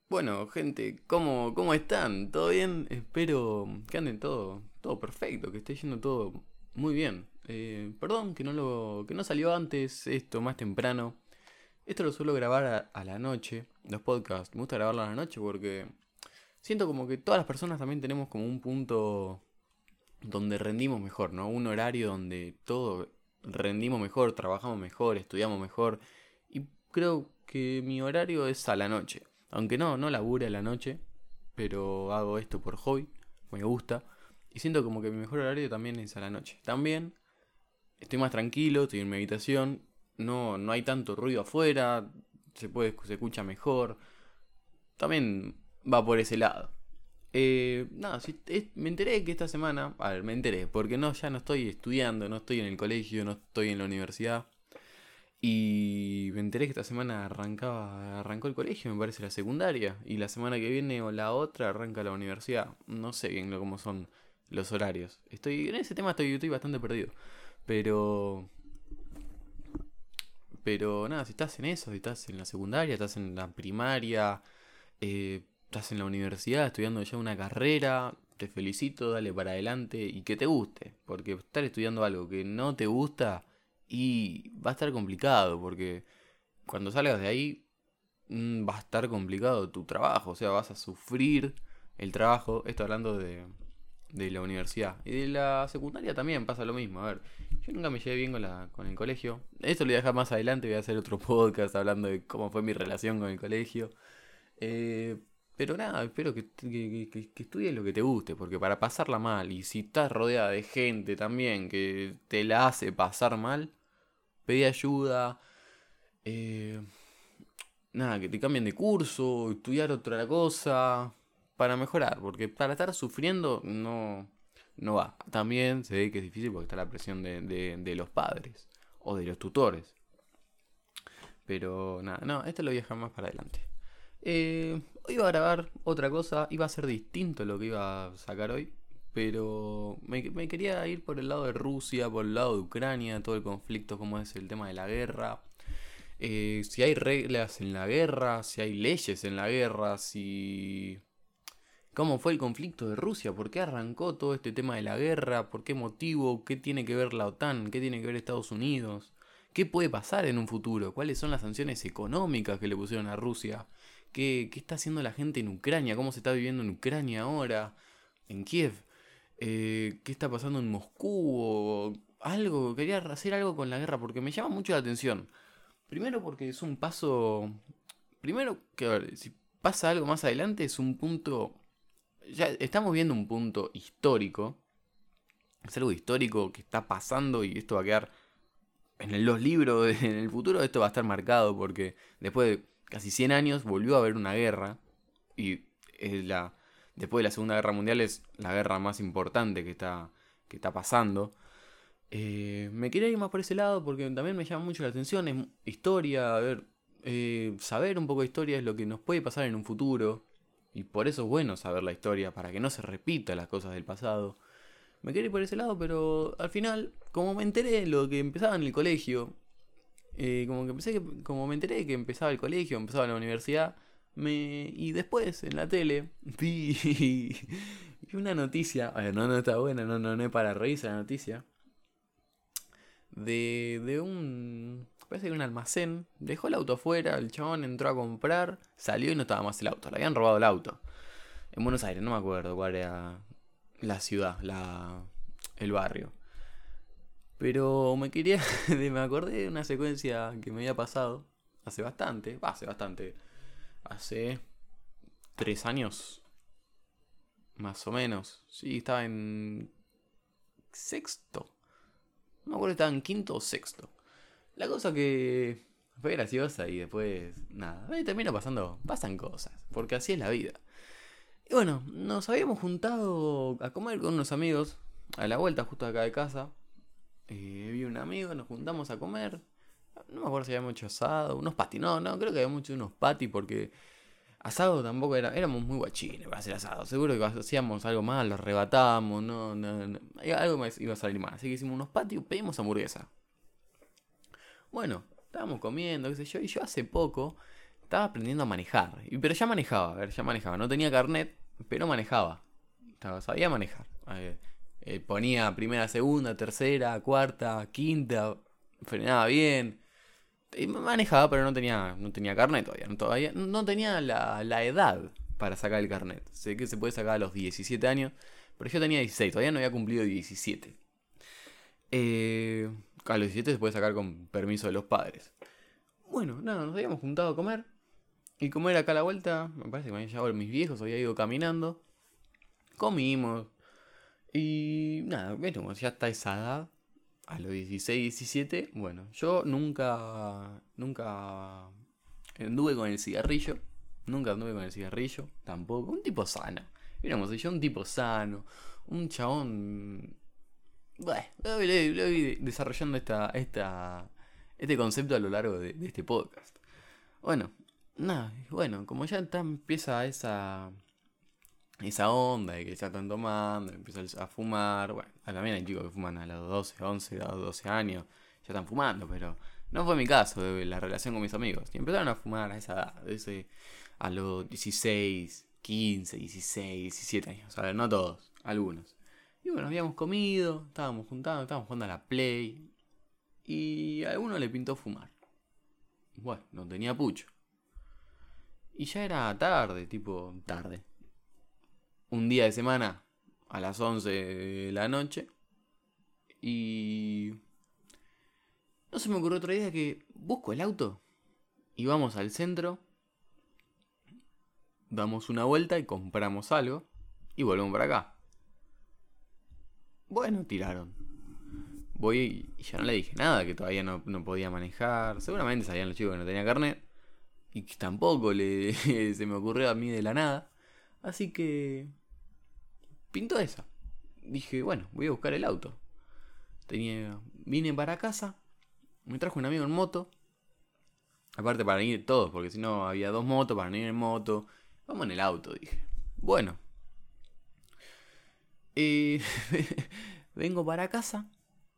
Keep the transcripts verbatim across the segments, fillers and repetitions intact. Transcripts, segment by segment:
Bueno, gente, ¿cómo, cómo están? ¿Todo bien? Espero que anden todo, todo perfecto, que esté yendo todo muy bien. Eh, perdón que no lo, que no salió antes esto más temprano. Esto lo suelo grabar a, a la noche, los podcasts. Me gusta grabarlo a la noche porque siento como que todas las personas también tenemos como un punto donde rendimos mejor, ¿no? Un horario donde todo rendimos mejor, trabajamos mejor, estudiamos mejor. Y creo que mi horario es a la noche. Aunque no, no labure a la noche, pero hago esto por hobby, me gusta. Y siento como que mi mejor horario también es a la noche. También estoy más tranquilo, estoy en mi habitación, no, no hay tanto ruido afuera, se puede, se escucha mejor. También va por ese lado. Eh, nada, si, es- me enteré que esta semana, a ver, me enteré, porque no, ya no estoy estudiando, no estoy en el colegio, no estoy en la universidad. Y me enteré que esta semana arrancaba, arrancó el colegio, me parece la secundaria. Y la semana que viene o la otra arranca la universidad. No sé bien lo- cómo son los horarios. Estoy, en ese tema estoy, estoy bastante perdido. Pero, pero nada, si estás en eso, si estás en la secundaria, estás en la primaria, eh, estás en la universidad estudiando ya una carrera, te felicito, dale para adelante y que te guste. Porque estar estudiando algo que no te gusta y va a estar complicado, porque cuando salgas de ahí mm, va a estar complicado tu trabajo, o sea, vas a sufrir el trabajo, esto hablando de, de la universidad. Y de la secundaria también pasa lo mismo, a ver, yo nunca me llevé bien con, la, con el colegio, esto lo voy a dejar más adelante, voy a hacer otro podcast hablando de cómo fue mi relación con el colegio. Eh, pero nada, espero que, que, que, que estudies lo que te guste, porque para pasarla mal, y si estás rodeada de gente también que te la hace pasar mal, pedí ayuda, eh, nada, que te cambien de curso, estudiar otra cosa, para mejorar, porque para estar sufriendo no, no va. También se ve que es difícil porque está la presión de, de, de los padres o de los tutores. Pero nada, no, esto lo voy a dejar más para adelante. Eh, hoy iba a grabar otra cosa, iba a ser distinto a lo que iba a sacar hoy, pero me, me quería ir por el lado de Rusia, por el lado de Ucrania, todo el conflicto, cómo es el tema de la guerra, eh, si hay reglas en la guerra, si hay leyes en la guerra, si... ¿Cómo fue el conflicto de Rusia? ¿Por qué arrancó todo este tema de la guerra? ¿Por qué motivo? ¿Qué tiene que ver la OTAN? ¿Qué tiene que ver Estados Unidos? ¿Qué puede pasar en un futuro? ¿Cuáles son las sanciones económicas que le pusieron a Rusia? ¿Qué, qué está haciendo la gente en Ucrania? ¿Cómo se está viviendo en Ucrania ahora? ¿En Kiev? Eh, ¿Qué está pasando en Moscú? O algo, quería hacer algo con la guerra porque me llama mucho la atención. Primero porque es un paso. Primero que a ver, si pasa algo más adelante es un punto. Ya estamos viendo un punto histórico. Es algo histórico que está pasando y esto va a quedar en los libros, en el futuro esto va a estar marcado porque después de casi cien años volvió a haber una guerra y es la, después de la Segunda Guerra Mundial es la guerra más importante que está, que está pasando. Eh, me quería ir más por ese lado porque también me llama mucho la atención. Es historia, a ver, eh, saber un poco de historia es lo que nos puede pasar en un futuro. Y por eso es bueno saber la historia, para que no se repitan las cosas del pasado. Me quería ir por ese lado, pero al final, como me enteré de lo que empezaba en el colegio, eh, como que empecé que- como me enteré que empezaba el colegio, empezaba la universidad, me, y después en la tele vi, vi una noticia, a ver, no, no está buena, no, no, no es para reírse la noticia, de, de un... Parece que era un almacén. Dejó el auto afuera, el chabón entró a comprar, salió y no estaba más el auto. Le habían robado el auto. En Buenos Aires, no me acuerdo cuál era la ciudad, la, el barrio. Pero me quería... Me acordé de una secuencia que me había pasado hace bastante. Va, hace bastante. Hace tres años, más o menos. Sí, estaba en sexto. No me acuerdo si estaba en quinto o sexto. La cosa que fue graciosa y después, nada, eh, termina pasando, pasan cosas, porque así es la vida. Y bueno, nos habíamos juntado a comer con unos amigos a la vuelta justo acá de casa. Eh, vi un amigo, nos juntamos a comer. No me acuerdo si habíamos hecho asado, unos patis. No, no, creo que habíamos hecho unos patis porque asado tampoco era. Éramos muy guachines para hacer asado. Seguro que hacíamos algo mal, lo arrebatábamos, no, no, no. Algo más iba a salir mal. Así que hicimos unos patis y pedimos hamburguesa. Bueno, estábamos comiendo, qué sé yo, y yo hace poco estaba aprendiendo a manejar. Y- Pero ya manejaba, a ver, ya manejaba. No tenía carnet, pero manejaba. Estaba- sabía manejar. Eh, eh, ponía primera, segunda, tercera, cuarta, quinta. Frenaba bien. Y manejaba, pero no tenía, no tenía carnet todavía. No, todavía, no tenía la, la edad para sacar el carnet. Sé que se puede sacar a los diecisiete años, pero yo tenía dieciséis, todavía no había cumplido diecisiete. Eh, a los diecisiete se puede sacar con permiso de los padres. Bueno, nada, nos habíamos juntado a comer. Y comer acá a la vuelta, me parece que me habían llevado mis viejos, había ido caminando. Comimos. Y nada, bueno, ya está esa edad. A los dieciséis, diecisiete, bueno, yo nunca, nunca anduve con el cigarrillo. Nunca anduve con el cigarrillo, tampoco. Un tipo sano. Miramos, yo un tipo sano. Un chabón. Bueno, lo voy, lo voy desarrollando esta, esta, este concepto a lo largo de, de este podcast. Bueno, nada, bueno, como ya está, empieza esa, esa onda de que ya están tomando, empiezan a fumar. Bueno, también hay chicos que fuman a los doce, once, a los doce años, ya están fumando, pero no fue mi caso de la relación con mis amigos. Y empezaron a fumar a esa edad, ese, a los dieciséis, quince, dieciséis, diecisiete años. A ver, no todos, algunos. Y bueno, habíamos comido, estábamos juntados, estábamos jugando a la Play. Y a alguno le pintó fumar. Bueno, no tenía pucho. Y ya era tarde, tipo tarde. Un día de semana a las once de la noche. Y no se me ocurrió otra idea que busco el auto y vamos al centro, damos una vuelta y compramos algo y volvemos para acá. Bueno, tiraron. Voy y ya no le dije nada, que todavía no, no podía manejar. Seguramente sabían los chicos que no tenía carnet. Y que tampoco le, se me ocurrió a mí de la nada. Así que pintó esa. Dije, bueno, voy a buscar el auto. Tenía, vine para casa, me trajo un amigo en moto. Aparte para ir todos, porque si no había dos motos para ir en moto. Vamos en el auto, dije. Bueno. Eh, vengo para casa.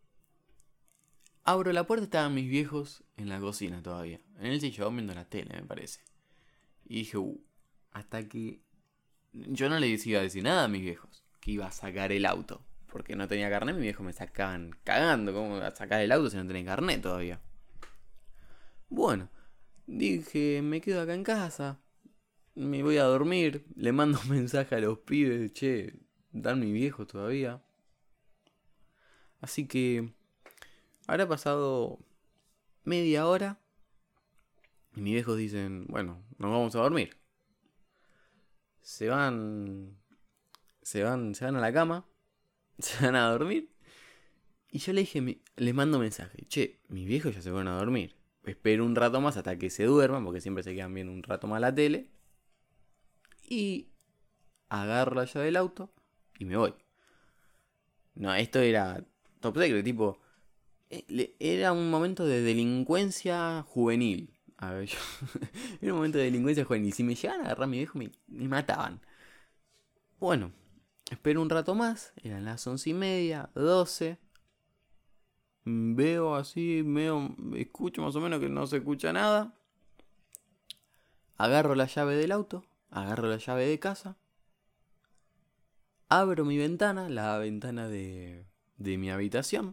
Abro la puerta, estaban mis viejos en la cocina todavía. En el sillón viendo la tele, me parece. Y dije, uh, hasta que... Yo no les iba a decir nada a mis viejos, que iba a sacar el auto. Porque no tenía carnet, mis viejos me sacaban cagando. ¿Cómo iba a sacar el auto si no tenía carnet todavía? Bueno, dije, me quedo acá en casa. Me voy a dormir. Le mando un mensaje a los pibes. Che, dan mis viejos todavía. Así que... Habrá pasado media hora. Y mis viejos dicen, bueno, nos vamos a dormir. Se van... Se van, se van a la cama. Se van a dormir. Y yo le dije, les mando mensaje. Che, mis viejos ya se fueron a dormir. Espero un rato más hasta que se duerman, porque siempre se quedan viendo un rato más la tele. Y agarro la llave del auto y me voy. No, esto era top secret, tipo... Era un momento de delincuencia juvenil. A ver, yo... Era un momento de delincuencia juvenil. Si me llegaban a agarrar a mi viejo, me, me mataban. Bueno, espero un rato más. Eran las once y media, doce. Veo así, veo, escucho más o menos que no se escucha nada. Agarro la llave del auto, agarro la llave de casa. Abro mi ventana, la ventana de, de mi habitación.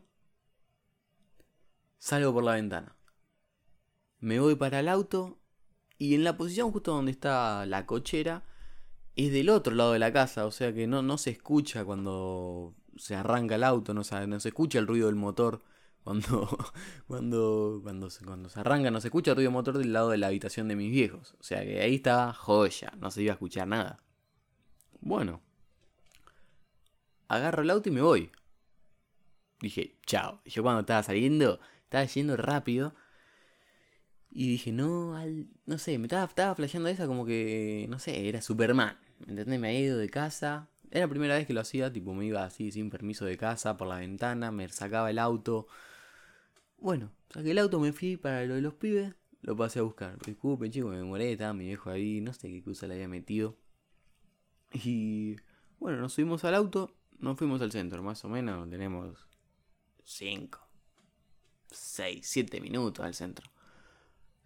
Salgo por la ventana. Me voy para el auto. Y en la posición justo donde está la cochera, es del otro lado de la casa. O sea que no, no se escucha cuando se arranca el auto. No, no se escucha el ruido del motor. Cuando, cuando, cuando, se, cuando se arranca no se escucha el ruido del motor del lado de la habitación de mis viejos. O sea que ahí estaba joya. No se iba a escuchar nada. Bueno. Agarro el auto y me voy. Dije, chao. Yo cuando estaba saliendo, estaba yendo rápido. Y dije, no, al, no sé, me estaba, estaba flasheando esa como que, no sé, era Superman. ¿Me entendés? Me había ido de casa. Era la primera vez que lo hacía, tipo me iba así sin permiso de casa por la ventana, me sacaba el auto. Bueno, saqué el auto, me fui para lo de los pibes, lo pasé a buscar. Disculpen, chicos, me demoré, estaba mi viejo ahí, no sé qué cosa le había metido. Y bueno, nos subimos al auto, nos fuimos al centro, más o menos tenemos cinco, seis, siete minutos al centro.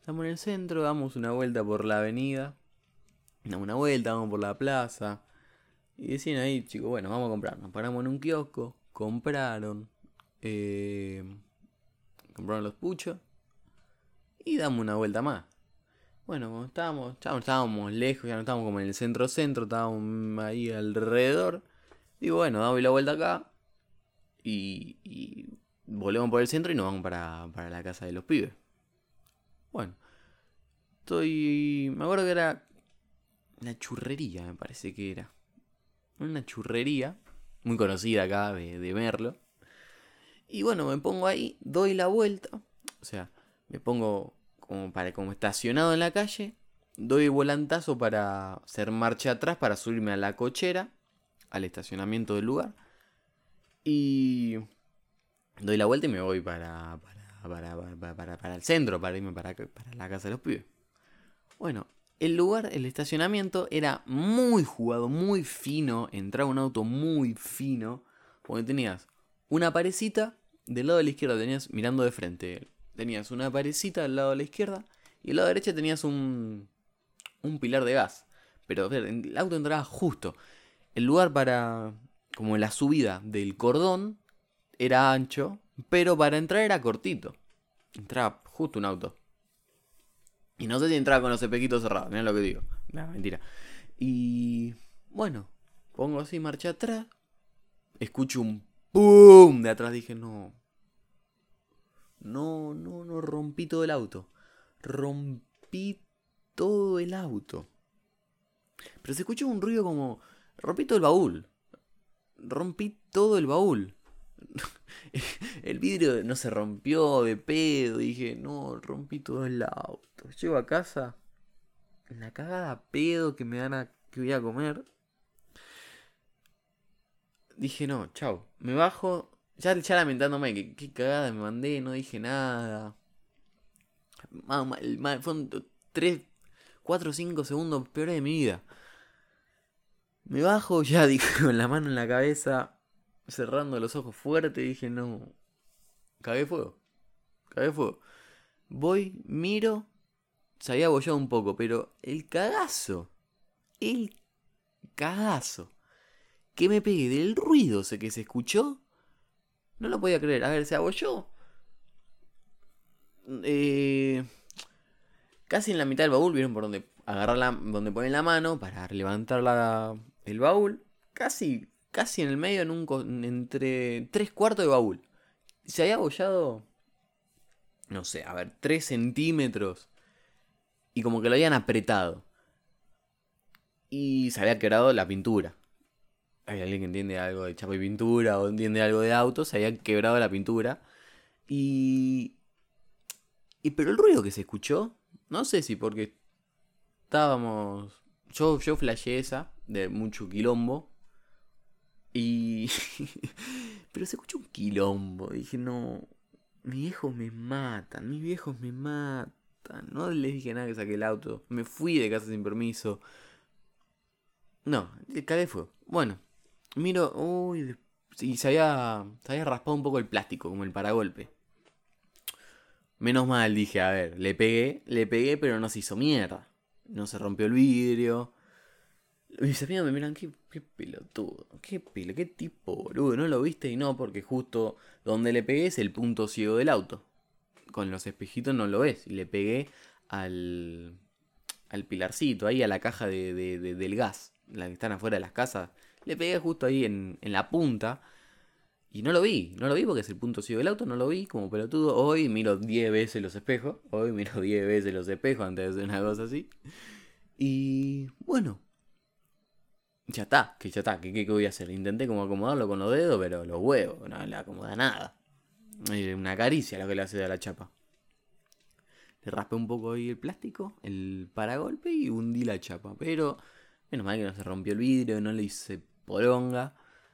Estamos en el centro, damos una vuelta por la avenida. Damos una vuelta, vamos por la plaza. Y decían ahí, chicos, bueno, vamos a comprar. Nos paramos en un kiosco, compraron. Eh, compraron los puchos. Y damos una vuelta más. Bueno, como estábamos, estábamos, estábamos lejos, ya no estábamos como en el centro-centro, estábamos ahí alrededor. Digo, bueno, damos la vuelta acá. Y, y volvemos por el centro y nos vamos para, para la casa de los pibes. Bueno, estoy... Me acuerdo que era una churrería, me parece que era. Una churrería, muy conocida acá de, de Merlo. Y bueno, me pongo ahí, doy la vuelta. O sea, me pongo como, para, como estacionado en la calle. Doy volantazo para hacer marcha atrás, para subirme a la cochera, al estacionamiento del lugar. Y doy la vuelta y me voy para, para, para, para, para, para el centro, para irme para, para la casa de los pibes. Bueno, el lugar, el estacionamiento era muy jugado, muy fino. Entraba un auto muy fino. Porque tenías una parecita del lado de la izquierda, tenías mirando de frente. Tenías una parecita del lado de la izquierda. Y del lado derecho tenías un, un pilar de gas. Pero a ver, el auto entraba justo. El lugar para, como la subida del cordón, era ancho. Pero para entrar era cortito. Entraba justo un auto. Y no sé si entraba con los espejitos cerrados, mirá lo que digo. No, mentira. Y bueno, pongo así marcha atrás. Escucho un ¡pum! De atrás. Dije, no. No, no, no rompí todo el auto. Rompí todo el auto. Pero se escuchó un ruido como... Rompí todo el baúl. Rompí todo el baúl. El vidrio no se rompió de pedo. Dije, no, rompí todo el auto. Llego a casa. La cagada pedo que me dan a... que voy a comer. Dije, no, chau. Me bajo. Ya, ya lamentándome que qué cagada me mandé. No dije nada. Mal, mal, mal, fueron tres, cuatro, cinco segundos peores de mi vida. Me bajo, ya dije, con la mano en la cabeza, cerrando los ojos fuerte, dije, no, cagué fuego, cagué fuego. Voy, miro, se había abollado un poco, pero el cagazo, el cagazo que me pegué del ruido ese que se escuchó, no lo podía creer. A ver, se abolló. Eh, casi en la mitad del baúl, vieron por donde agarrar la, donde ponen la mano para levantar la, el baúl. Casi, casi en el medio, en un entre tres cuartos de baúl. Se había abollado, no sé, a ver, tres centímetros. Y como que lo habían apretado. Y se había quebrado la pintura. Hay alguien que entiende algo de chapa y pintura o entiende algo de autos. Se había quebrado la pintura. Y... y pero el ruido que se escuchó, no sé si porque estábamos... Yo, yo flasheé esa de mucho quilombo. Y... pero se escuchó un quilombo. Dije, no... Mis viejos me matan. Mis viejos me matan. No les dije nada que saqué el auto. Me fui de casa sin permiso. No, cagué fuego. Bueno, miro... Uy... Y se había, se había raspado un poco el plástico, como el paragolpe. Menos mal, dije, a ver, le pegué, le pegué, pero no se hizo mierda. No se rompió el vidrio. Mis amigos me miran, qué, qué pelotudo, qué pelo, qué tipo boludo, ¿no lo viste? Y no, porque justo donde le pegué es el punto ciego del auto. Con los espejitos no lo ves. Y le pegué al, al pilarcito, ahí a la caja de, de, de, del gas, la que están afuera de las casas. Le pegué justo ahí en, en la punta. Y no lo vi, no lo vi porque es el punto ciego del auto, no lo vi como pelotudo. Hoy miro diez veces los espejos, hoy miro diez veces los espejos antes de hacer una cosa así. Y bueno, ya está, que ya está, que qué voy a hacer. Intenté como acomodarlo con los dedos, pero los huevos, no le acomoda nada. Es una caricia lo que le hace a la chapa. Le raspé un poco ahí el plástico, el paragolpe y hundí la chapa. Pero menos mal que no se rompió el vidrio, no le hice poronga.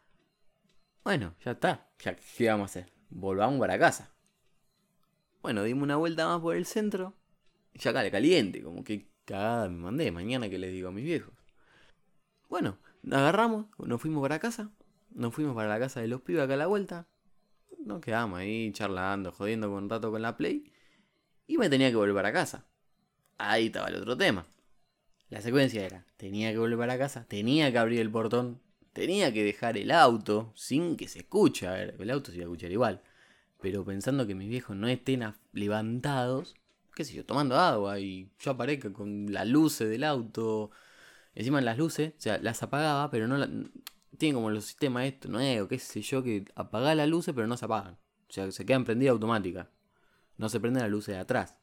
Bueno, ya está. Ya, ¿qué vamos a hacer? Volvamos para casa. Bueno, dimos una vuelta más por el centro. Ya acá le caliente, como que cagada me mandé. Mañana que les digo a mis viejos. Bueno, nos agarramos, nos fuimos para casa. Nos fuimos para la casa de los pibes acá a la vuelta. Nos quedamos ahí charlando, jodiendo con un rato con la Play. Y me tenía que volver a casa. Ahí estaba el otro tema. La secuencia era, tenía que volver para casa, tenía que abrir el portón, tenía que dejar el auto sin que se escuche. A ver, el auto se iba a escuchar igual. Pero pensando que mis viejos no estén levantados, qué sé yo, tomando agua y yo aparezca con las luces del auto. Encima las luces, o sea, las apagaba, pero no la... Tienen como los sistemas estos nuevos, qué sé yo, que apagás las luces pero no se apagan. O sea, se quedan prendidas automáticas. No se prenden las luces de atrás.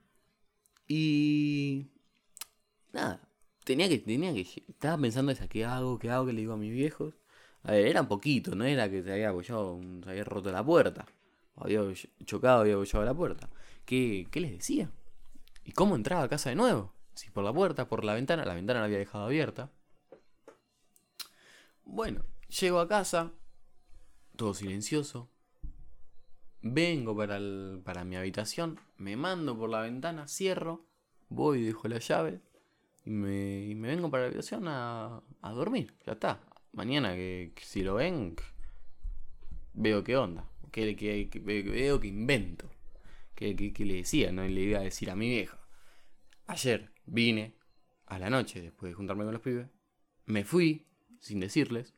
Y... Nada, tenía que, tenía que... Estaba pensando esa, ¿qué hago? ¿Qué hago? ¿Qué le digo a mis viejos? A ver, eran poquitos, no era que se había apoyado, se había roto la puerta. Había chocado, había apoyado la puerta. ¿Qué, qué les decía? ¿Y cómo entraba a casa de nuevo? Si por la puerta, por la ventana, la ventana la había dejado abierta. Bueno, llego a casa, todo silencioso. Vengo para, el, para mi habitación, me mando por la ventana, cierro, voy y dejo la llave y me, y me vengo para la habitación a, a dormir. Ya está. Mañana que, que si lo ven, veo qué onda. Que, que, que veo que invento. Que, que, que le decía, no le iba a decir a mi vieja. Ayer vine a la noche, después de juntarme con los pibes, me fui sin decirles.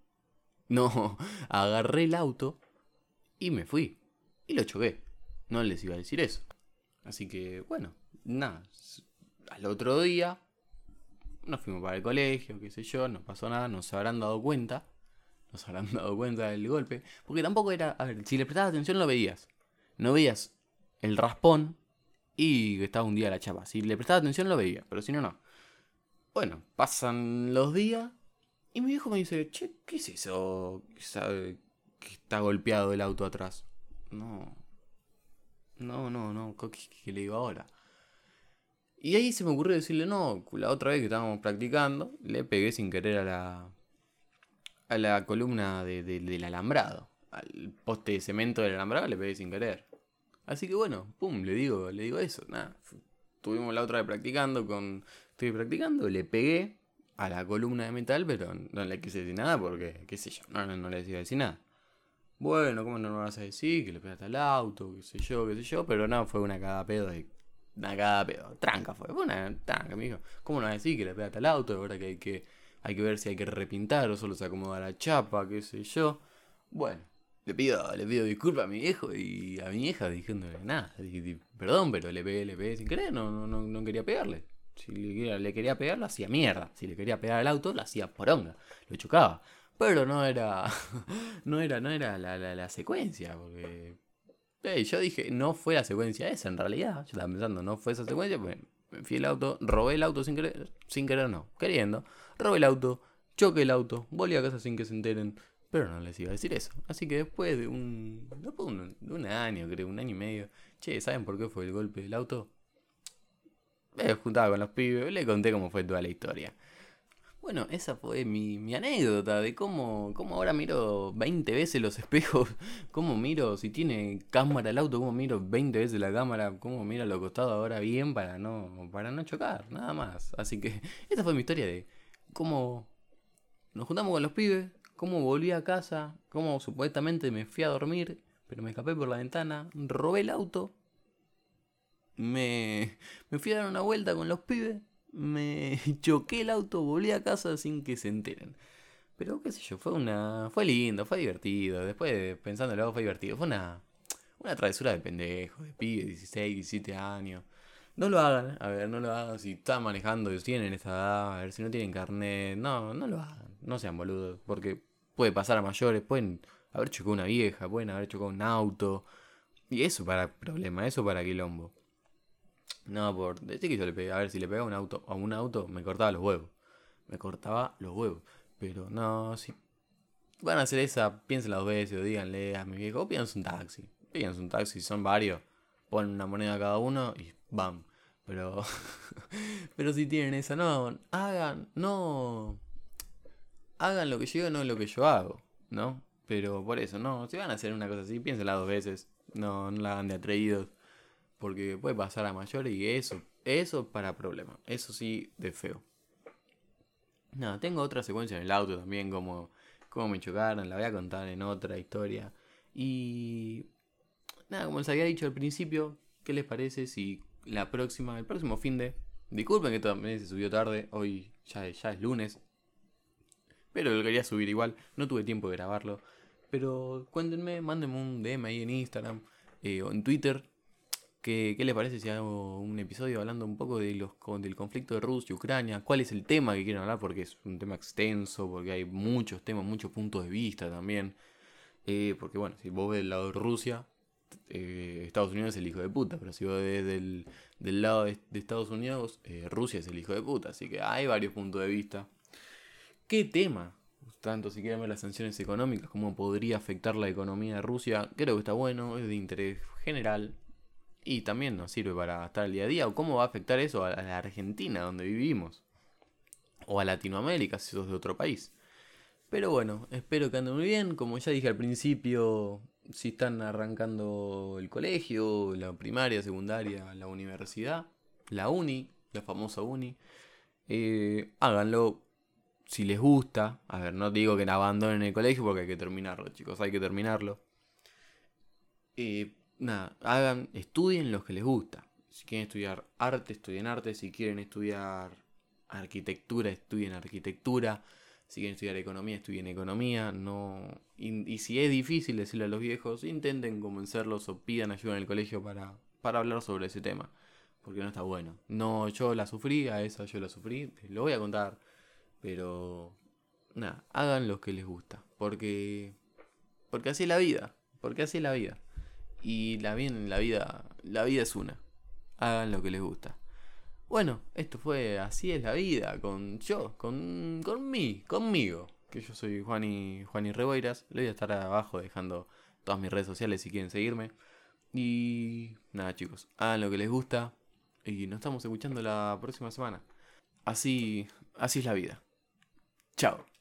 No, agarré el auto y me fui. Y lo choqué. No les iba a decir eso. Así que, bueno, nada. Al otro día nos fuimos para el colegio, qué sé yo, no pasó nada, no se habrán dado cuenta. No se habrán dado cuenta del golpe. Porque tampoco era... A ver, si le prestabas atención lo veías. No veías el raspón y que estaba hundida la chapa. Si le prestabas atención lo veía, pero si no, no. Bueno, pasan los días y mi viejo me dice, che, ¿qué es eso? ¿Sabe que está golpeado el auto atrás? No, no, no, no, ¿qué, qué le digo ahora? Y ahí se me ocurrió decirle, no, la otra vez que estábamos practicando, le pegué sin querer a la, a la columna de, de, del alambrado. Al poste de cemento del alambrado le pegué sin querer. Así que bueno, pum, le digo, le digo eso, nada. Estuvimos la otra vez practicando con... Estoy practicando, le pegué a la columna de metal, pero no le quise decir nada porque, qué sé yo, no, no, no le decía decir nada. Bueno, ¿cómo no me vas a decir? Que le pegaste al auto, qué sé yo, qué sé yo, pero no, fue una cagada pedo de... Una cagada pedo, tranca fue, fue una tranca, amigo. ¿Cómo no vas a decir que le pegaste al auto? Ahora que hay que, hay que ver si hay que repintar o solo se acomoda la chapa, qué sé yo. Bueno, le pido, le pido disculpas a mi viejo y a mi vieja diciéndole nada. Perdón, pero le pegué, le pegué sin querer, no, no, no, no quería pegarle. Si le quería, le quería pegar, lo hacía mierda. Si le quería pegar al auto, lo hacía poronga. Lo chocaba. Pero no era. No era, no era la, la, la secuencia. Porque. Eh, yo dije, no fue la secuencia esa en realidad. Yo estaba pensando, no fue esa secuencia. Pues me fui el auto, robé el auto sin querer. Sin querer, no. Queriendo. Robé el auto, choqué el auto, volví a casa sin que se enteren. Pero no les iba a decir eso. Así que después de un. Después de un, de un año, creo, un año y medio. Che, ¿saben por qué fue el golpe del auto? Me juntaba con los pibes, le conté cómo fue toda la historia. Bueno, esa fue mi, mi anécdota de cómo, cómo ahora miro veinte veces los espejos, cómo miro, si tiene cámara el auto, cómo miro veinte veces la cámara, cómo miro a los costados ahora bien para no, para no chocar, nada más. Así que esa fue mi historia de cómo nos juntamos con los pibes, cómo volví a casa, cómo supuestamente me fui a dormir, pero me escapé por la ventana, robé el auto, me, me fui a dar una vuelta con los pibes, me choqué el auto, volví a casa sin que se enteren. Pero qué sé yo, fue una. Fue lindo, fue divertido. Después, pensándolo, fue divertido. Fue una. Una travesura de pendejo, de pibe, dieciséis, diecisiete años. No lo hagan, a ver, no lo hagan. Si están manejando, si tienen esta edad, a ver, si no tienen carnet, no, no lo hagan. No sean boludos, porque puede pasar a mayores, pueden haber chocado una vieja, pueden haber chocado un auto. Y eso para problema, eso para quilombo. No, por decir que yo le pegué, a ver, si le pegaba un auto a un auto, me cortaba los huevos. Me cortaba los huevos. Pero no, si van a hacer esa, piénsenla dos veces o díganle a mi viejo, o pídanse un taxi. Pídanse un taxi, son varios. Ponen una moneda cada uno y bam. Pero, pero si tienen esa, no, hagan, no, hagan lo que yo digo, no lo que yo hago, ¿no? Pero por eso, no, si van a hacer una cosa así, piénsenla dos veces. No, no la hagan de atrevidos. Porque puede pasar a mayores y eso, eso para problemas. Eso sí, de feo. No, tengo otra secuencia en el auto también, como, como me chocaron, la voy a contar en otra historia. Y nada, como les había dicho al principio, ¿qué les parece si la próxima, el próximo fin de. Disculpen que también se subió tarde, hoy ya, ya es lunes. Pero lo quería subir igual, no tuve tiempo de grabarlo. Pero cuéntenme, mándenme un D M ahí en Instagram eh, o en Twitter. ¿Qué, ¿Qué les parece si hago un episodio hablando un poco de los, del conflicto de Rusia y Ucrania? ¿Cuál es el tema que quieren hablar? Porque es un tema extenso, porque hay muchos temas, muchos puntos de vista también. Eh, porque bueno, si vos ves del lado de Rusia, eh, Estados Unidos es el hijo de puta, pero si vos ves del, del lado de, de Estados Unidos, eh, Rusia es el hijo de puta. Así que hay varios puntos de vista. ¿Qué tema? Tanto si quieren ver las sanciones económicas, cómo podría afectar la economía de Rusia, creo que está bueno, es de interés general. Y también nos sirve para estar al día a día. O cómo va a afectar eso a la Argentina, donde vivimos. O a Latinoamérica, si sos de otro país. Pero bueno, espero que anden muy bien. Como ya dije al principio, si están arrancando el colegio, la primaria, secundaria, la universidad, la uni, la famosa uni, eh, háganlo si les gusta. A ver, no digo que abandonen el colegio porque hay que terminarlo, chicos, hay que terminarlo. Eh, nada, hagan, estudien los que les gusta. Si quieren estudiar arte, estudien arte. Si quieren estudiar arquitectura, estudien arquitectura. Si quieren estudiar economía, estudien economía. No, y, y si es difícil decirle a los viejos, intenten convencerlos o pidan ayuda en el colegio para, para hablar sobre ese tema. Porque no está bueno. No, yo la sufrí, a esa yo la sufrí. Lo voy a contar. Pero nada, hagan lo que les gusta. Porque, porque así es la vida. Porque así es la vida. Y la bien, la vida, la vida es una. Hagan lo que les gusta. Bueno, esto fue Así es la vida, con yo, con, con mí, conmigo. Que yo soy Juani, Juani Reboiras. Le voy a estar abajo dejando todas mis redes sociales si quieren seguirme. Y nada, chicos, hagan lo que les gusta. Y nos estamos escuchando la próxima semana. Así, así es la vida. Chao.